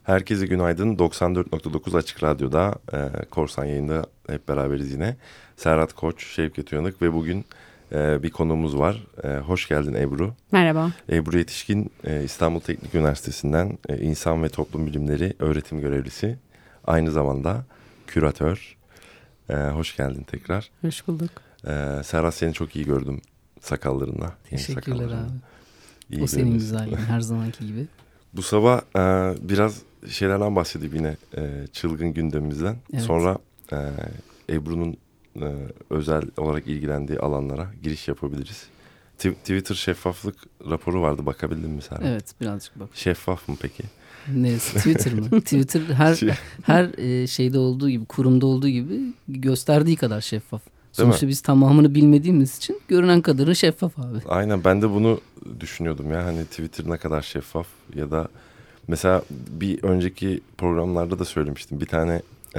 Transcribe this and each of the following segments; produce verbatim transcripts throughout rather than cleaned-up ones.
Herkese günaydın. doksan dört nokta dokuz Açık Radyo'da e, Korsan Yayında hep beraberiz yine. Serhat Koç, Şevket Uyanık ve bugün e, bir konuğumuz var. E, hoş geldin Ebru. Merhaba. Ebru Yetişkin, e, İstanbul Teknik Üniversitesi'nden e, İnsan ve Toplum Bilimleri öğretim görevlisi. Aynı zamanda küratör. E, hoş geldin tekrar. Hoş bulduk. E, Serhat, seni çok iyi gördüm sakallarınla. Teşekkürler abi. İyi o senin güzelliğin her zamanki gibi. Bu sabah e, biraz şeylerden bahsedeyim yine e, çılgın gündemimizden. Evet. Sonra e, Ebru'nun e, özel olarak ilgilendiği alanlara giriş yapabiliriz. T- Twitter şeffaflık raporu vardı, bakabildin mi sen? Evet, birazcık bak. Şeffaf mı peki? Neyse, Twitter mı? Twitter her her e, şeyde olduğu gibi, kurumda olduğu gibi gösterdiği kadar şeffaf. Sonuçta biz tamamını bilmediğimiz için görünen kadarı şeffaf abi. Aynen, ben de bunu düşünüyordum ya, hani Twitter ne kadar şeffaf ya da mesela bir önceki programlarda da söylemiştim. Bir tane e,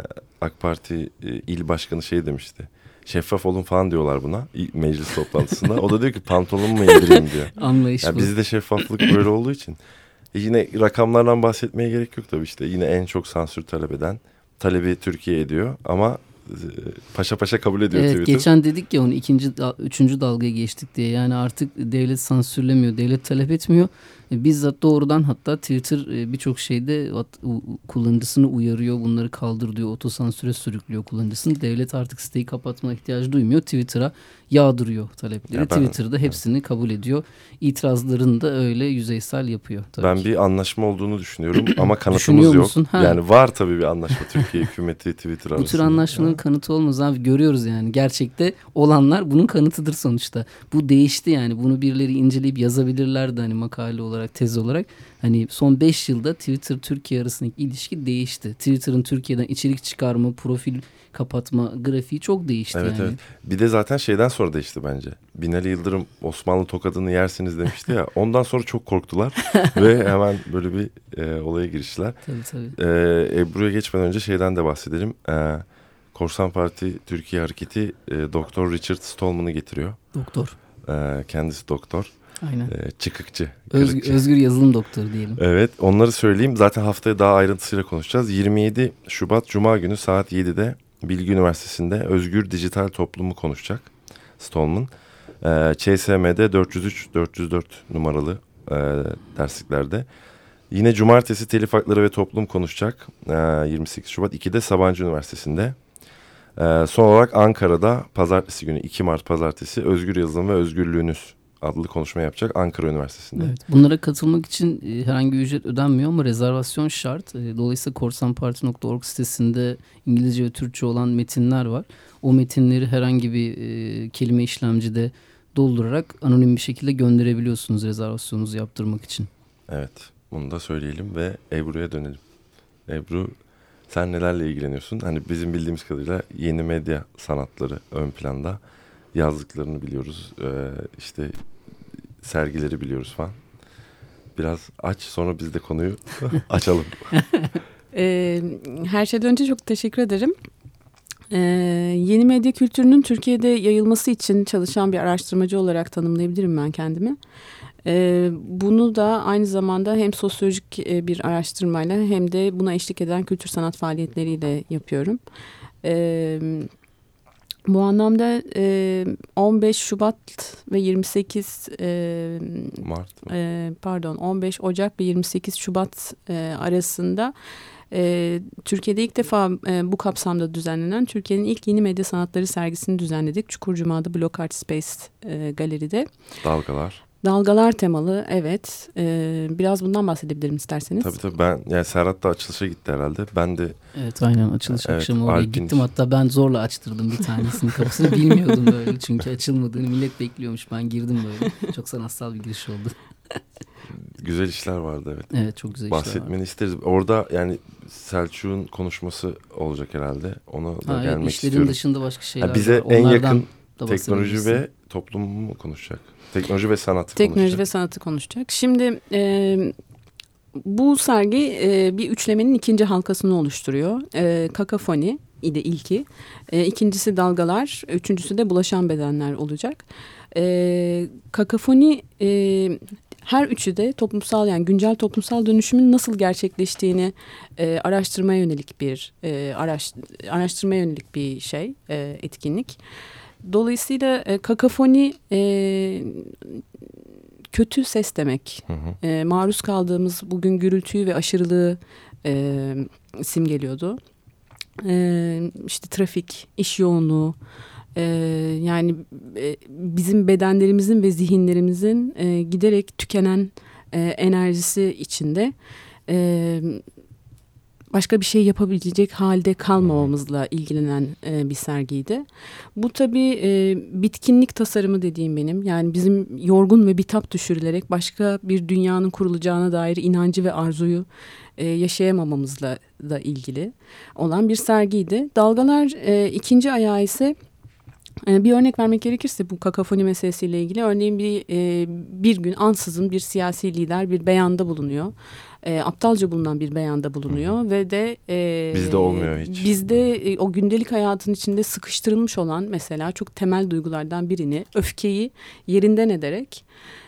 AK Parti e, il başkanı şey demişti. Şeffaf olun falan diyorlar buna meclis toplantısında. O da diyor ki pantolon mu indireyim diyor. Anlayış yani bu. Bizde şeffaflık böyle olduğu için. E yine rakamlardan bahsetmeye gerek yok tabii işte. Yine en çok sansür talep eden talebi Türkiye ediyor ama paşa paşa kabul ediyor evet, Twitter. Geçen dedik ya onu ikinci, üçüncü dalgaya geçtik diye. Yani artık devlet sansürlemiyor, devlet talep etmiyor. Bizzat doğrudan hatta Twitter birçok şeyde kullanıcısını uyarıyor, bunları kaldır diyor, otosansüre sürüklüyor kullanıcısını. Devlet artık siteyi kapatma ihtiyacı duymuyor. Twitter'a yağdırıyor talepleri. Ya ben, Twitter'da hepsini evet. kabul ediyor. İtirazlarını da öyle yüzeysel yapıyor. Tabii ben ki. bir anlaşma olduğunu düşünüyorum ama kanıtımız yok. Yani var tabii bir anlaşma Türkiye hükümeti Twitter arasında. Bu tür anlaşmanın kanıtı olmaz abi, görüyoruz yani. Gerçekte olanlar bunun kanıtıdır sonuçta. Bu değişti yani. Bunu birileri inceleyip yazabilirlerdi hani makale olarak, tez olarak. Hani son beş yılda Twitter Türkiye arasındaki ilişki değişti. Twitter'ın Türkiye'den içerik çıkarma, profil kapatma grafiği çok değişti evet, yani. Evet. Bir de zaten şeyden sonra değişti bence. Binali Yıldırım Osmanlı tokadını yersiniz demişti ya. Ondan sonra çok korktular ve hemen böyle bir e, olaya giriştiler. Tabii tabii. E, Ebru'ya geçmeden önce şeyden de bahsedelim. E, Korsan Parti Türkiye Hareketi e, Doktor Richard Stallman'ı getiriyor. Doktor. E, kendisi doktor. Aynen. E, çıkıkçı. Özgür, özgür yazılım doktoru diyelim. Evet, onları söyleyeyim. Zaten haftaya daha ayrıntısıyla konuşacağız. yirmi yedi Şubat Cuma günü saat yedide Bilgi Üniversitesi'nde Özgür Dijital Toplumu konuşacak Stallman. Ee, Ç S M'de dört yüz üç dört yüz dört numaralı e, dersliklerde. Yine Cumartesi Telif Hakları ve Toplum konuşacak. Ee, yirmi sekiz Şubat ikide Sabancı Üniversitesi'nde. Ee, son olarak Ankara'da Pazartesi günü iki Mart Pazartesi Özgür Yazılım ve Özgürlüğünüz adlı konuşma yapacak Ankara Üniversitesi'nde. Evet, bunlara katılmak için e, herhangi bir ücret ödenmiyor ama rezervasyon şart. E, dolayısıyla korsanparti nokta org sitesinde İngilizce ve Türkçe olan metinler var. O metinleri herhangi bir e, kelime işlemcide doldurarak anonim bir şekilde gönderebiliyorsunuz rezervasyonunuzu yaptırmak için. Evet, bunu da söyleyelim ve Ebru'ya dönelim. Ebru, sen nelerle ilgileniyorsun? Hani bizim bildiğimiz kadarıyla yeni medya sanatları ön planda. Yazdıklarını biliyoruz. Ee, işte sergileri biliyoruz falan. Biraz aç, sonra biz de konuyu açalım. Ee, her şeyden önce çok teşekkür ederim. Ee, yeni medya kültürünün Türkiye'de yayılması için çalışan bir araştırmacı olarak tanımlayabilirim ben kendimi. Ee, bunu da aynı zamanda hem sosyolojik bir araştırmayla hem de buna eşlik eden kültür sanat faaliyetleriyle yapıyorum. Evet. Bu anlamda e, on beş Şubat ve yirmi sekiz e, Mart e, pardon on beş Ocak ve yirmi sekiz Şubat e, arasında e, Türkiye'de ilk defa e, bu kapsamda düzenlenen Türkiye'nin ilk yeni medya sanatları sergisini düzenledik. Çukurcuma'da Block Art Space e, galeride. Dalgalar. Dalgalar temalı, evet. Ee, biraz bundan bahsedebilirim isterseniz. Tabii tabii, ben yani Serhat da açılışa gitti herhalde. Ben de. Evet, aynen açılış evet, akşamı oraya Alpin gittim. Hatta ben zorla açtırdım bir tanesinin kapısını. Bilmiyordum böyle çünkü açılmadığını, millet bekliyormuş. Ben girdim böyle. Çok sanatsal bir giriş oldu. Güzel işler vardı, evet. Evet, çok güzel işler vardı. Bahsetmeni isteriz. Orada yani Selçuk'un konuşması olacak herhalde. Ona da ha, gelmek evet, istiyorum. İşlerin dışında başka şeyler ha, bize var. Bize en Onlardan yakın teknoloji ve toplum mu konuşacak? Teknoloji ve sanatı Teknoloji konuşacak. ve sanatı konuşacak. Şimdi e, bu sergi e, bir üçlemenin ikinci halkasını oluşturuyor. E, Kakafoni idi ilki. E, ikincisi Dalgalar. Üçüncüsü de Bulaşan Bedenler olacak. E, Kakafoni e, her üçü de toplumsal, yani güncel toplumsal dönüşümün nasıl gerçekleştiğini e, araştırmaya yönelik bir e, araş, araştırmaya yönelik bir şey, e, etkinlik. Dolayısıyla e, kakafoni e, kötü ses demek. Hı hı. E, maruz kaldığımız bugün gürültüyü ve aşırılığı e, simgeliyordu. E, işte trafik, iş yoğunluğu, e, yani e, bizim bedenlerimizin ve zihinlerimizin e, giderek tükenen e, enerjisi içinde e, başka bir şey yapabilecek halde kalmamamızla ilgilenen e, bir sergiydi. Bu tabii e, bitkinlik tasarımı dediğim benim. Yani bizim yorgun ve bitap düşürülerek başka bir dünyanın kurulacağına dair inancı ve arzuyu e, yaşayamamamızla da ilgili olan bir sergiydi. Dalgalar e, ikinci ayağı ise e, bir örnek vermek gerekirse bu kakafoni meselesiyle ilgili. Örneğin bir, e, bir gün ansızın bir siyasi lider bir beyanda bulunuyor. E, aptalca bulunan bir beyanda bulunuyor Hı. ve de e, bizde olmuyor hiç. Bizde e, o gündelik hayatın içinde sıkıştırılmış olan mesela çok temel duygulardan birini, öfkeyi yerinden ederek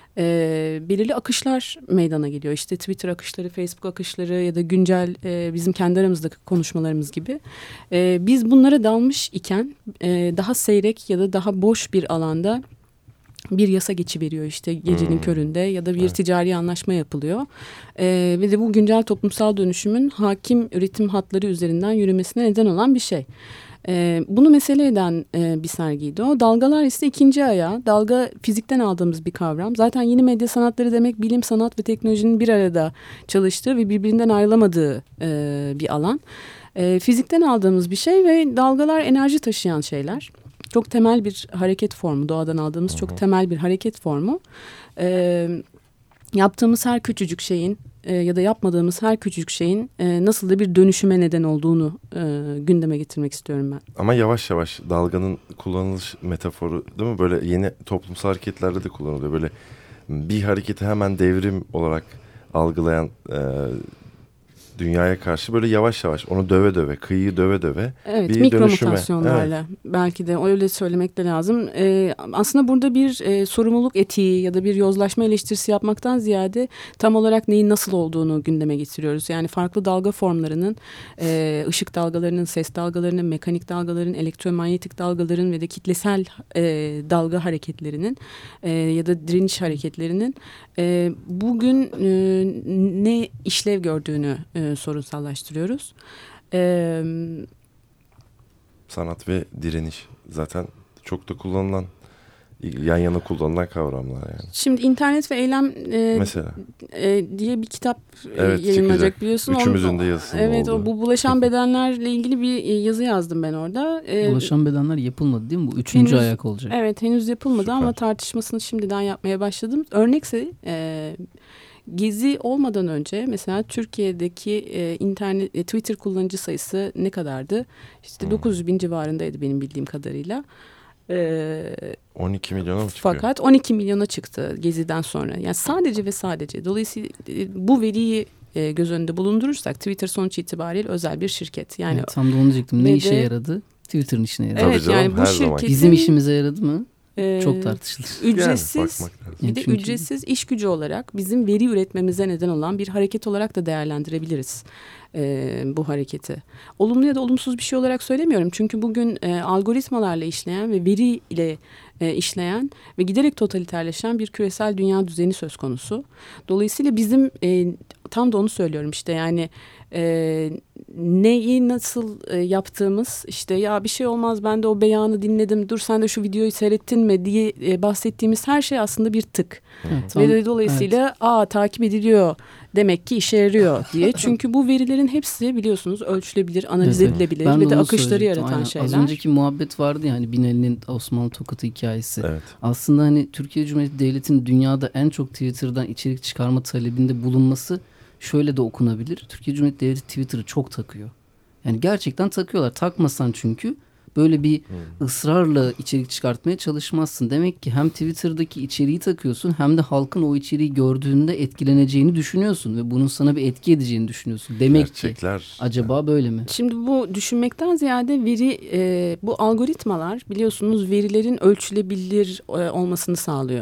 e, belirli akışlar meydana geliyor. İşte Twitter akışları, Facebook akışları ya da güncel e, bizim kendi aramızdaki konuşmalarımız gibi. E, biz bunlara dalmış iken e, daha seyrek ya da daha boş bir alanda bir yasa geçiveriyor işte gecenin hmm. köründe ya da bir evet. ticari anlaşma yapılıyor. Ee, ve de bu güncel toplumsal dönüşümün hakim üretim hatları üzerinden yürümesine neden olan bir şey. Ee, bunu mesele eden e, bir sergiydi o. Dalgalar ise ikinci ayağı. Dalga fizikten aldığımız bir kavram. Zaten yeni medya sanatları demek bilim, sanat ve teknolojinin bir arada çalıştığı ve birbirinden ayrılamadığı e, bir alan. E, fizikten aldığımız bir şey ve dalgalar enerji taşıyan şeyler. Çok temel bir hareket formu, doğadan aldığımız Hı-hı. çok temel bir hareket formu. Ee, yaptığımız her küçücük şeyin e, ya da yapmadığımız her küçücük şeyin e, nasıl da bir dönüşüme neden olduğunu e, gündeme getirmek istiyorum ben. Ama yavaş yavaş dalganın kullanılış metaforu değil mi? Böyle yeni toplumsal hareketlerde de kullanılıyor. Böyle bir hareketi hemen devrim olarak algılayan e, dünyaya karşı böyle yavaş yavaş onu döve döve, kıyıyı döve döve evet, bir mikro dönüşüme. mutasyonlarla evet. belki de öyle söylemek de lazım. Ee, aslında burada bir e, sorumluluk etiği ya da bir yozlaşma eleştirisi yapmaktan ziyade tam olarak neyin nasıl olduğunu gündeme getiriyoruz. Yani farklı dalga formlarının, e, ışık dalgalarının, ses dalgalarının, mekanik dalgaların, elektromanyetik dalgaların ve de kitlesel e, dalga hareketlerinin e, ya da direniş hareketlerinin e, bugün e, ne işlev gördüğünü e, sorunsallaştırıyoruz. Ee, Sanat ve direniş zaten çok da kullanılan, yan yana kullanılan kavramlar yani. Şimdi internet ve eylem e, mesela e, diye bir kitap evet, yayınlanacak biliyorsun. Üçümüzün de yazısının evet, olduğu. O, bu bulaşan bedenlerle ilgili bir yazı yazdım ben orada. Ee, bulaşan bedenler yapılmadı değil mi? Bu üçüncü henüz, ayak olacak. Evet, henüz yapılmadı Süper. Ama tartışmasını şimdiden yapmaya başladım. Örnekse e, Gezi olmadan önce mesela Türkiye'deki e, internet e, Twitter kullanıcı sayısı ne kadardı? İşte hmm. dokuz yüz bin civarındaydı benim bildiğim kadarıyla. Ee, on iki milyona mı çıkıyor? Fakat on iki milyona çıktı Gezi'den sonra. Yani sadece ve sadece. Dolayısıyla e, bu veriyi e, göz önünde bulundurursak Twitter sonuç itibariyle özel bir şirket. Yani evet, tam da onu diyecektim. Ne işe de, yaradı? Twitter'ın işine yaradı. Evet, canım, yani bu şirketin bizim işimize yaradı mı? Ee, Çok tartışılır. Ücretsiz yani, bir de çünkü... ücretsiz iş gücü olarak bizim veri üretmemize neden olan bir hareket olarak da değerlendirebiliriz e, bu hareketi. Olumlu ya da olumsuz bir şey olarak söylemiyorum. Çünkü bugün e, algoritmalarla işleyen ve veri ile e, işleyen ve giderek totaliterleşen bir küresel dünya düzeni söz konusu. Dolayısıyla bizim e, tam da onu söylüyorum işte yani e, neyi nasıl e, yaptığımız işte ya bir şey olmaz ben de o beyanı dinledim dur sen de şu videoyu seyrettin mi diye e, bahsettiğimiz her şey aslında bir tık. Evet, ve tam, dolayısıyla evet. aa takip ediliyor demek ki işe yarıyor diye. Çünkü bu verilerin hepsi biliyorsunuz ölçülebilir, analiz evet, edilebilir ben ve de akışları yaratan aynen. şeyler. Az önceki muhabbet vardı ya hani Binali'nin Osmanlı tokatı hikayesi. Evet. Aslında hani Türkiye Cumhuriyeti Devleti'nin dünyada en çok Twitter'dan içerik çıkarma talebinde bulunması şöyle de okunabilir. Türkiye Cumhuriyeti Devleti Twitter'ı çok takıyor. Yani gerçekten takıyorlar. Takmasan çünkü böyle bir hmm. ısrarla içerik çıkartmaya çalışmazsın. Demek ki hem Twitter'daki içeriği takıyorsun hem de halkın o içeriği gördüğünde etkileneceğini düşünüyorsun ve bunun sana bir etki edeceğini düşünüyorsun. Demek Gerçekler. ki acaba böyle mi? Şimdi bu düşünmekten ziyade veri e, bu algoritmalar biliyorsunuz verilerin ölçülebilir e, olmasını sağlıyor.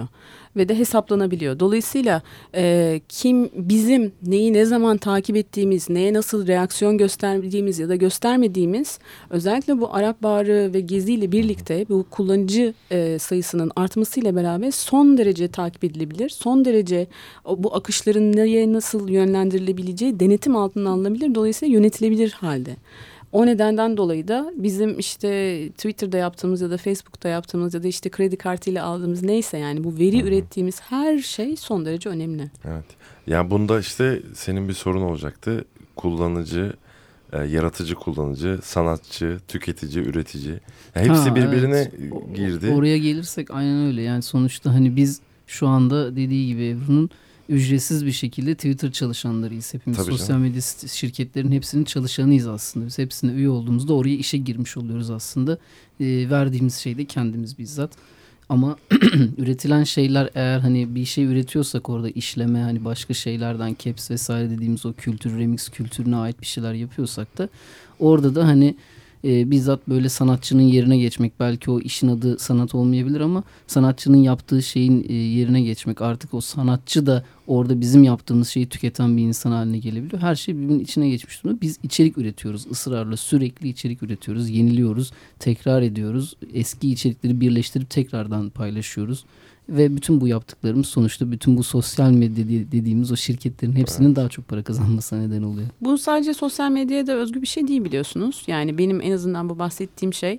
ve de hesaplanabiliyor. Dolayısıyla e, kim bizim neyi ne zaman takip ettiğimiz, neye nasıl reaksiyon gösterdiğimiz ya da göstermediğimiz, özellikle bu Arap Baharı ve Gezi ile birlikte bu kullanıcı e, sayısının artmasıyla beraber son derece takip edilebilir. Son derece bu akışların neye nasıl yönlendirilebileceği denetim altına alınabilir. Dolayısıyla yönetilebilir halde. O nedenden dolayı da bizim işte Twitter'da yaptığımız ya da Facebook'ta yaptığımız ya da işte kredi kartıyla aldığımız neyse, yani bu veri Hı-hı. ürettiğimiz her şey son derece önemli. Evet. Yani bunda işte senin bir sorun olacaktı. Kullanıcı, e, yaratıcı kullanıcı, sanatçı, tüketici, üretici. Yani hepsi ha, birbirine evet. girdi. Oraya gelirsek aynen öyle. Yani sonuçta hani biz şu anda dediği gibi Ebru'nun ücretsiz bir şekilde Twitter çalışanlarıyız hepimiz. Tabii Sosyal canım. medya şirketlerin hepsinin çalışanıyız aslında. Biz hepsine üye olduğumuzda oraya işe girmiş oluyoruz aslında. E, verdiğimiz şey de kendimiz bizzat. Ama üretilen şeyler, eğer hani bir şey üretiyorsak orada işleme, hani başka şeylerden caps vesaire dediğimiz o kültür, remix kültürüne ait bir şeyler yapıyorsak da orada da hani E, bizzat böyle sanatçının yerine geçmek, belki o işin adı sanat olmayabilir ama sanatçının yaptığı şeyin e, yerine geçmek, artık o sanatçı da orada bizim yaptığımız şeyi tüketen bir insan haline gelebiliyor. Her şey birbirinin içine geçmiş durumda. Biz içerik üretiyoruz, ısrarla sürekli içerik üretiyoruz, yeniliyoruz, tekrar ediyoruz, eski içerikleri birleştirip tekrardan paylaşıyoruz. Ve bütün bu yaptıklarımız sonuçta bütün bu sosyal medya dediğimiz o şirketlerin hepsinin evet. daha çok para kazanmasına neden oluyor. Bu sadece sosyal medyaya da özgü bir şey değil, biliyorsunuz. Yani benim en azından bu bahsettiğim şey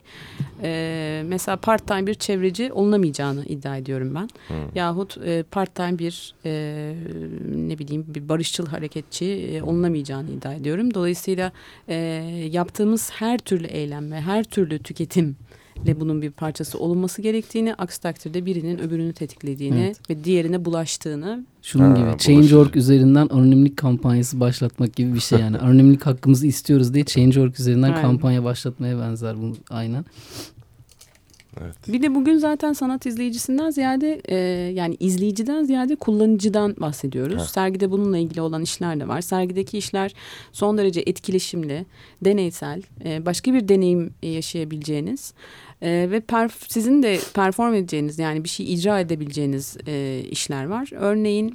e, mesela part time bir çevreci olunamayacağını iddia ediyorum ben. Hmm. Yahut e, part time bir e, ne bileyim bir barışçıl hareketçi e, olunamayacağını iddia ediyorum. Dolayısıyla e, yaptığımız her türlü eylem ve her türlü tüketim ile bunun bir parçası olunması gerektiğini, aksi takdirde birinin öbürünü tetiklediğini evet. ve diğerine bulaştığını. Şunun ha, gibi Change nokta org üzerinden anonimlik kampanyası başlatmak gibi bir şey yani. Anonimlik hakkımızı istiyoruz diye Change nokta org üzerinden aynen. kampanya başlatmaya benzer bu aynen. Evet. Bir de bugün zaten sanat izleyicisinden ziyade e, yani izleyiciden ziyade kullanıcıdan bahsediyoruz. Ha. Sergide bununla ilgili olan işler de var. Sergideki işler son derece etkileşimli, deneysel, e, başka bir deneyim yaşayabileceğiniz e, ve perf- sizin de perform edeceğiniz, yani bir şey icra edebileceğiniz e, işler var. Örneğin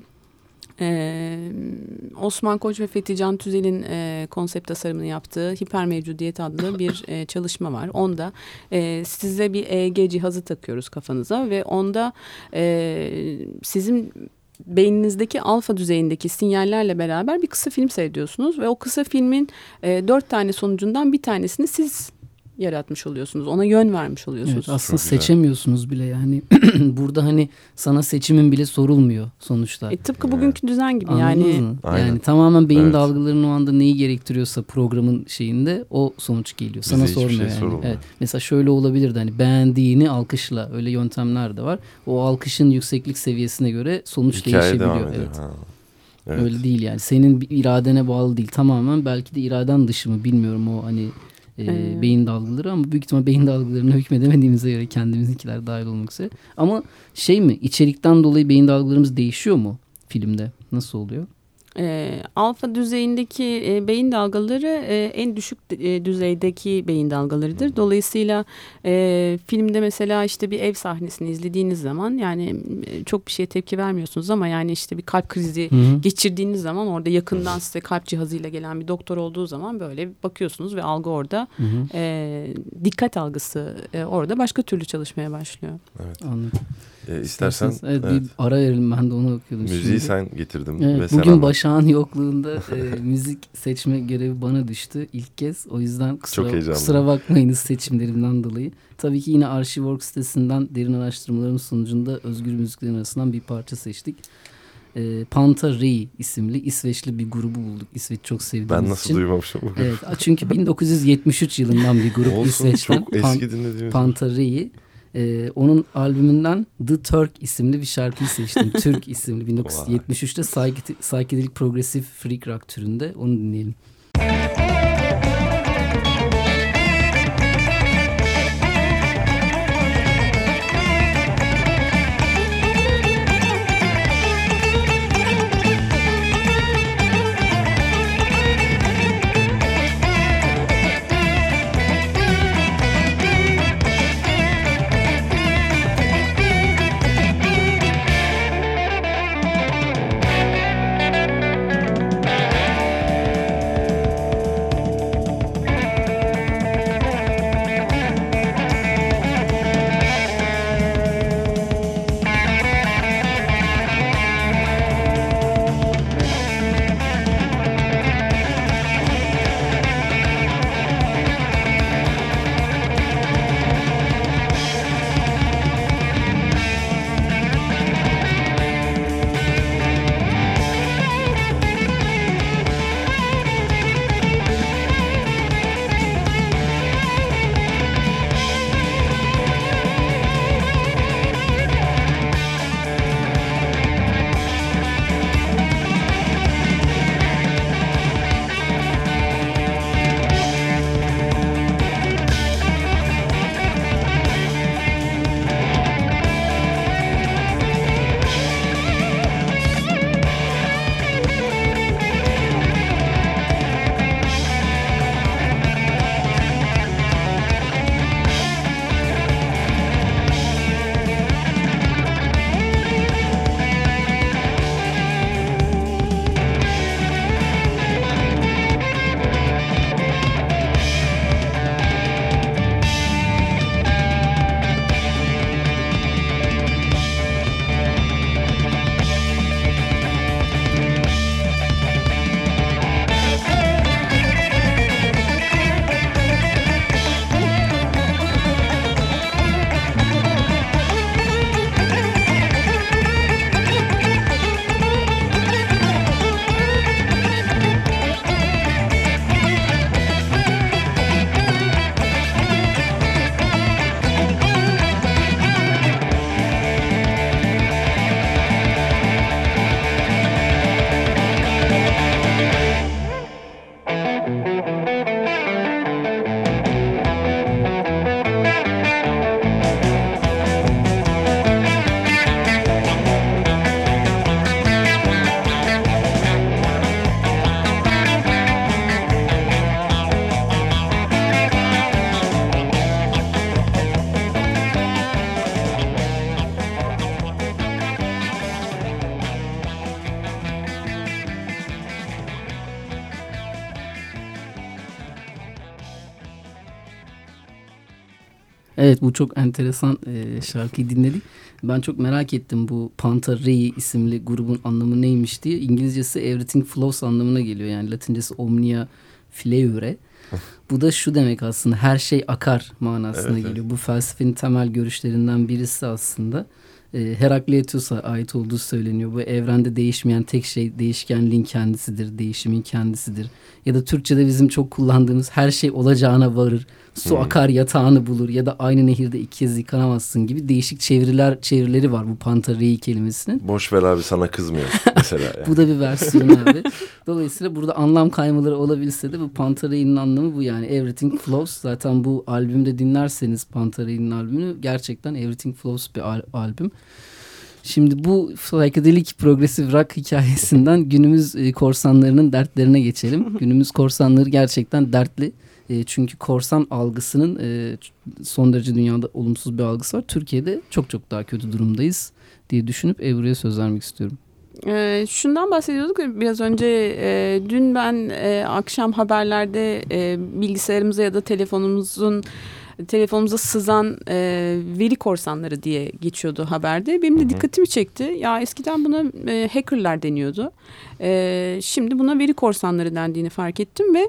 Ee, Osman Koç ve Fethi Can Tüzel'in e, konsept tasarımını yaptığı Hipermevcudiyet adlı bir e, çalışma var. Onda e, size bir E E G cihazı takıyoruz kafanıza ve onda e, sizin beyninizdeki alfa düzeyindeki sinyallerle beraber bir kısa film seyrediyorsunuz ve o kısa filmin e, dört tane sonucundan bir tanesini siz yaratmış oluyorsunuz. Ona yön vermiş oluyorsunuz. Evet, aslında seçemiyorsunuz bile yani. Burada hani sana seçimin bile sorulmuyor sonuçta. E, tıpkı bugünkü düzen gibi. Anladınız yani. Mı? Yani tamamen beyin evet. dalgalarının o anda neyi gerektiriyorsa programın şeyinde o sonuç geliyor. Sana Bize sormuyor şey yani. Evet. Mesela şöyle olabilirdi, hani beğendiğini alkışla, öyle yöntemler de var. O alkışın yükseklik seviyesine göre sonuç Hikaye değişebiliyor. Evet. Evet. Öyle değil yani. Senin bir iradene bağlı değil. Tamamen belki de iraden dışı mı bilmiyorum o hani E, ee, beyin dalgaları, ama büyük ihtimal beyin dalgalarına hükmedemediğimize göre kendimizinkiler dahil olmak üzere. Ama şey mi, içerikten dolayı beyin dalgalarımız değişiyor mu filmde? Nasıl oluyor? E, alfa düzeyindeki e, beyin dalgaları e, en düşük e, düzeydeki beyin dalgalarıdır. Dolayısıyla e, filmde mesela işte bir ev sahnesini izlediğiniz zaman yani e, çok bir şeye tepki vermiyorsunuz ama yani işte bir kalp krizi Hı-hı. geçirdiğiniz zaman orada yakından size kalp cihazıyla gelen bir doktor olduğu zaman böyle bakıyorsunuz ve algı orada e, dikkat algısı e, orada başka türlü çalışmaya başlıyor. Evet. Anladım. E, istersen evet, evet. bir ara verelim, ben de onu okuyordum. Müziği şimdi. sen getirdin. Evet, ve bugün sen Başak'ın yokluğunda e, müzik seçme görevi bana düştü ilk kez. O yüzden kusura, kusura bakmayınız seçimlerimden dolayı. Tabii ki yine Arşiv.org sitesinden derin araştırmaların sonucunda özgür müziklerin arasından bir parça seçtik. E, Panta Rey isimli İsveçli bir grubu bulduk. İsveç çok sevdiğimiz için. Ben nasıl için. duymamışım bu grubu? Evet, çünkü bin dokuz yüz yetmiş üç yılından bir grup. Olsun, İsveç'ten. Çok eski dinlediğimiz. Panta Rey'i. Ee, onun albümünden The Turk isimli bir şarkıyı seçtim. Türk isimli bin dokuz yüz yetmiş üçte psychedelic progressive freak rock türünde. Onu dinleyelim. Evet, bu çok enteresan e, şarkıyı dinledik. Ben çok merak ettim bu Panta Rei isimli grubun anlamı neymiş diye. İngilizcesi Everything Flows anlamına geliyor. Yani Latincesi Omnia Fleure. Bu da şu demek aslında, her şey akar manasına evet, geliyor. Evet. Bu felsefenin temel görüşlerinden birisi aslında. E, Herakleitos'a ait olduğu söyleniyor. Bu evrende değişmeyen tek şey değişkenliğin kendisidir, değişimin kendisidir. Ya da Türkçe'de bizim çok kullandığımız her şey olacağına varır. Su hmm. akar yatağını bulur ya da aynı nehirde iki kez yıkanamazsın gibi değişik çeviriler çevirileri var bu Panta Rei kelimesinin. Boş ver abi, sana kızmıyor mesela. Yani. Bu da bir versiyon abi. Dolayısıyla burada anlam kaymaları olabilse de bu Panta Rei'nin anlamı bu yani. Everything Flows. Zaten bu albümde dinlerseniz Panta Rei'nin albümünü, gerçekten Everything Flows bir al- albüm. Şimdi bu psychedelic progressive rock hikayesinden günümüz e, korsanlarının dertlerine geçelim. Günümüz korsanları gerçekten dertli. E, çünkü korsan algısının e, son derece dünyada olumsuz bir algısı var. Türkiye'de çok çok daha kötü durumdayız diye düşünüp Ebru'ya söz vermek istiyorum. E, şundan bahsediyorduk biraz önce. E, dün ben e, akşam haberlerde e, bilgisayarımıza ya da telefonumuzun telefonumuza sızan e, veri korsanları diye geçiyordu haberde. Benim de dikkatimi çekti. Ya eskiden buna e, hackerlar deniyordu. E, şimdi buna veri korsanları dendiğini fark ettim ve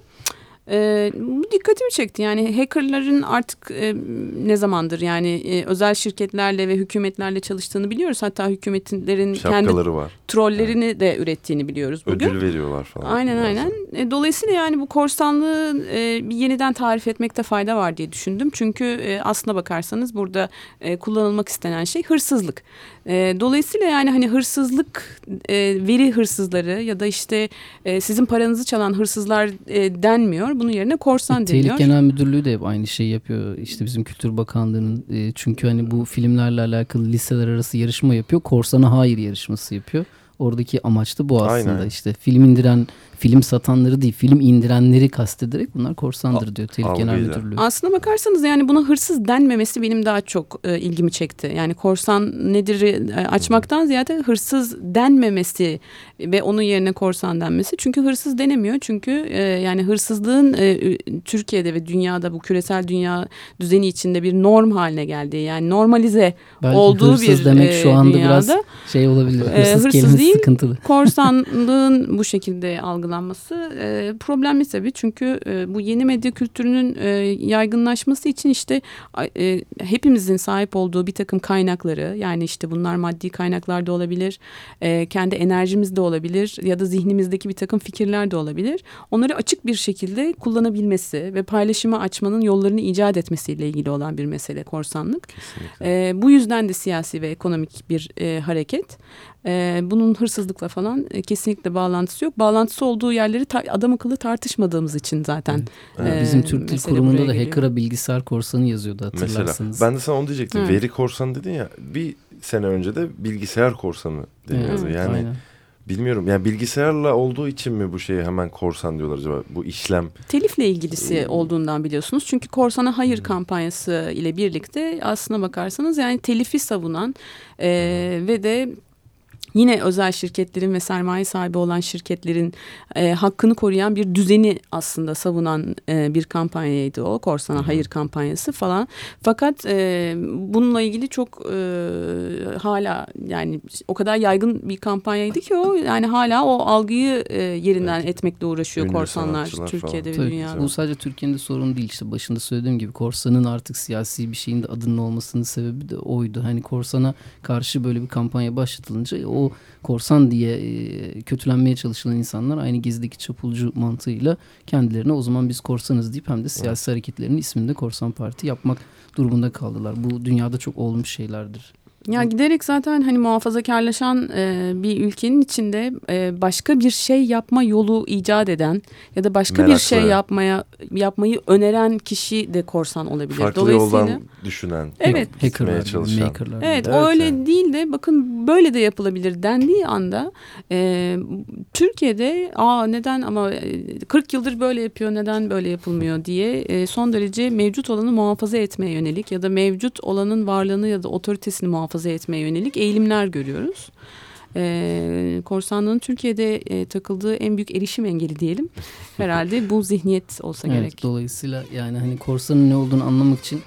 Ee, bu dikkatimi çekti. Yani hackerların artık e, ne zamandır yani e, özel şirketlerle ve hükümetlerle çalıştığını biliyoruz. Hatta hükümetlerin kendi var. trollerini evet. de ürettiğini biliyoruz bugün. Ödül veriyorlar falan. Aynen aynen. E, dolayısıyla yani bu korsanlığı e, bir yeniden tarif etmekte fayda var diye düşündüm. Çünkü e, aslına bakarsanız burada e, kullanılmak istenen şey hırsızlık. E, dolayısıyla yani hani hırsızlık, e, veri hırsızları ya da işte e, sizin paranızı çalan hırsızlar e, denmiyor. Bunun yerine korsan e, deniyor. Tehlike Genel Müdürlüğü de hep aynı şeyi yapıyor. İşte bizim Kültür Bakanlığı'nın e, çünkü hani bu filmlerle alakalı liseler arası yarışma yapıyor. Korsana hayır yarışması yapıyor. Oradaki amaç da bu aslında. Aynen. İşte film indiren, film satanları değil, film indirenleri kastederek bunlar korsandır diyor Tehlike Genel Müdürlüğü. Aslına bakarsanız yani buna hırsız denmemesi benim daha çok e, ilgimi çekti. Yani korsan nedir e, açmaktan ziyade hırsız denmemesi ve onun yerine korsan denmesi. Çünkü hırsız denemiyor. Çünkü e, yani hırsızlığın e, Türkiye'de ve dünyada, bu küresel dünya düzeni içinde bir norm haline geldiği, yani normalize belki olduğu bir demek şu anda dünyada biraz şey olabilir. Hırsız, e, hırsız değil, sıkıntılı. Korsanlığın bu şekilde algılanması e, problemli tabii. Çünkü e, bu yeni medya kültürünün e, yaygınlaşması için işte e, hepimizin sahip olduğu bir takım kaynakları, yani işte bunlar maddi kaynaklar da olabilir, e, kendi enerjimiz de olabilir ya da zihnimizdeki bir takım fikirler de olabilir. Onları açık bir şekilde kullanabilmesi ve paylaşıma açmanın yollarını icat etmesiyle ilgili olan bir mesele korsanlık. E, bu yüzden de siyasi ve ekonomik bir e, hareket. Ee, bunun hırsızlıkla falan e, kesinlikle bağlantısı yok. Bağlantısı olduğu yerleri ta- adam akıllı tartışmadığımız için zaten. Evet. E, Bizim Türk Dil Kurumu'nda da hacker'a bilgisayar korsanı yazıyordu, hatırlarsınız. Mesela ben de sana onu diyecektim. Evet. Veri korsanı dedin ya, bir sene önce de bilgisayar korsanı deniyordu. Evet, yani aynen. Bilmiyorum yani bilgisayarla olduğu için mi bu şeye hemen korsan diyorlar acaba, bu işlem? Telifle ilgilisi hmm. olduğundan biliyorsunuz. Çünkü korsana hayır hmm. kampanyası ile birlikte aslına bakarsanız yani telifi savunan e, hmm. ve de yine özel şirketlerin ve sermaye sahibi olan şirketlerin e, hakkını koruyan bir düzeni aslında savunan e, bir kampanyaydı o. Korsana Hı-hı. hayır kampanyası falan. Fakat e, bununla ilgili çok e, hala yani o kadar yaygın bir kampanyaydı ki o, yani hala o algıyı e, yerinden evet. etmekle uğraşıyor ünlü korsanlar Türkiye'de falan. Ve dünyada. Bu sadece Türkiye'nin de sorunu değil. İşte başında söylediğim gibi korsanın artık siyasi bir şeyin de adının olmasının sebebi de oydu. Hani korsana karşı böyle bir kampanya başlatılınca o korsan diye e, kötülenmeye çalışılan insanlar aynı Gezi'deki çapulcu mantığıyla kendilerine o zaman biz korsanız deyip hem de siyasi evet. hareketlerinin isminde Korsan Parti yapmak durumunda kaldılar. Bu dünyada çok olmuş şeylerdir. Ya giderek zaten hani muhafazakarlaşan e, bir ülkenin içinde e, başka bir şey yapma yolu icat eden ya da başka Meraklı. bir şey yapmaya yapmayı öneren kişi de korsan olabilir. Farklı Dolayısıyla yoldan düşünen, evet, gitmeye çalışan. Makerlar. Evet, Evet o öyle yani. değil de bakın böyle de yapılabilir dendiği anda e, Türkiye'de aa neden ama e, kırk yıldır böyle yapıyor neden böyle yapılmıyor diye e, son derece mevcut olanı muhafaza etmeye yönelik ya da mevcut olanın varlığını ya da otoritesini muhafaza etmeye yönelik eğilimler görüyoruz. E, korsanlığın Türkiye'de e, takıldığı en büyük erişim engeli diyelim. Herhalde bu zihniyet olsa Evet, gerek. dolayısıyla yani hani korsanın ne olduğunu anlamak için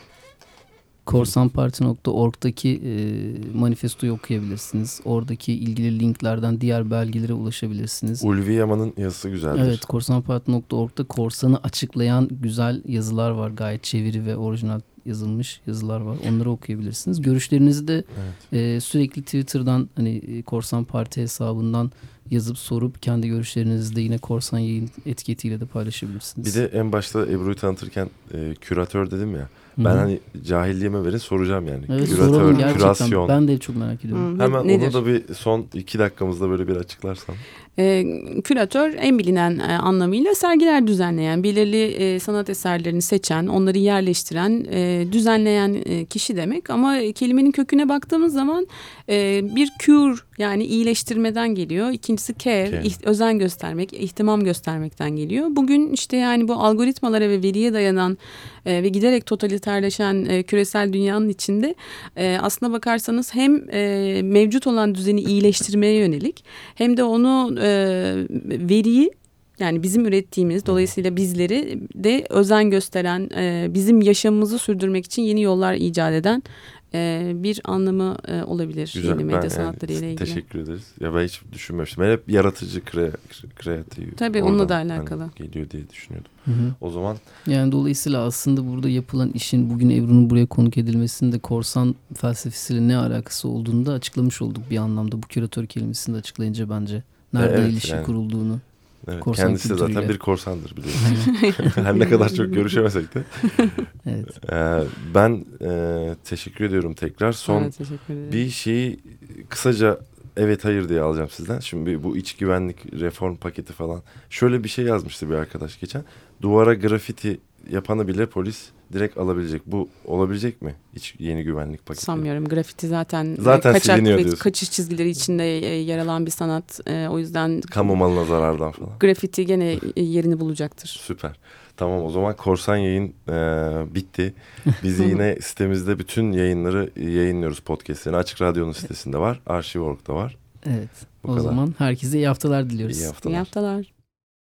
korsanparti nokta org'daki e, manifestoyu okuyabilirsiniz. Oradaki ilgili linklerden diğer belgelere ulaşabilirsiniz. Ulvi Yaman'ın yazısı güzeldir. Evet, korsanparti nokta org'da korsanı açıklayan güzel yazılar var. Gayet çeviri ve orijinal yazılmış yazılar var. Onları okuyabilirsiniz. Görüşlerinizi de Evet. e, sürekli Twitter'dan hani e, Korsan Parti hesabından yazıp sorup kendi görüşlerinizi de yine Korsan Yayın etiketiyle de paylaşabilirsiniz. Bir de en başta Ebru'yu tanıtırken e, küratör dedim ya. Ben Hı-hı. hani cahilliğime verin soracağım yani. Evet, Küratör, soralım gerçekten. kürasyon. Ben de çok merak ediyorum. Hı, Hemen nedir? onu da bir son iki dakikamızda böyle bir açıklarsan. E, küratör en bilinen e, anlamıyla sergiler düzenleyen, belirli e, sanat eserlerini seçen, onları yerleştiren, e, düzenleyen e, kişi demek. Ama kelimenin köküne baktığımız zaman e, bir cure yani iyileştirmeden geliyor. İkincisi care, Care. iht- özen göstermek, ihtimam göstermekten geliyor. Bugün işte yani bu algoritmalara ve veriye dayanan e, ve giderek totaliterleşen e, küresel dünyanın içinde e, aslına bakarsanız hem e, mevcut olan düzeni iyileştirmeye yönelik hem de onu e, veriyi yani bizim ürettiğimiz dolayısıyla bizleri de özen gösteren e, bizim yaşamımızı sürdürmek için yeni yollar icat eden e, bir anlamı e, olabilir Güzel. yeni medya Ben sanatları ile yani ilgili. teşekkür ederiz. Ya ben hiç düşünmemiştim. Ben hep yaratıcı, kre, kreatif. Tabii, onunla da oradan alakalı. hani geliyor diye düşünüyordum. Hı hı. O zaman Yani dolayısıyla aslında burada yapılan işin bugün Ebru'nun buraya konuk edilmesinin de korsan felsefesiyle ne alakası olduğunu da açıklamış olduk bir anlamda. Bu küratör kelimesini de açıklayınca bence nerede Evet, ilişki yani. kurulduğunu. evet, Korsan kendisi de zaten kültürüyle. bir korsandır biliyorsunuz. Her ne kadar çok görüşemesek de. Evet. Ee, ben e, teşekkür ediyorum tekrar. Son Evet, teşekkür ederim. bir şeyi kısaca evet hayır diye alacağım sizden. Şimdi bu iç güvenlik reform paketi falan. Şöyle bir şey yazmıştı bir arkadaş geçen. Duvara grafiti yapanı bile polis direkt alabilecek. Bu olabilecek mi? İç yeni güvenlik paketi. Sanmıyorum. Grafiti zaten, Zaten kaçak siliniyor ve diyorsun. kaçış çizgileri içinde e, yer alan bir sanat. E, o yüzden Kamu malına zarardan falan. grafiti gene e, yerini bulacaktır. Süper. Tamam, o zaman Korsan Yayın e, bitti. Biz yine sitemizde bütün yayınları yayınlıyoruz, podcastlerini. Açık Radyo'nun sitesinde var. Arşiv nokta org'da var. Evet. Bu o kadar. zaman herkese iyi haftalar diliyoruz. İyi haftalar. İyi haftalar.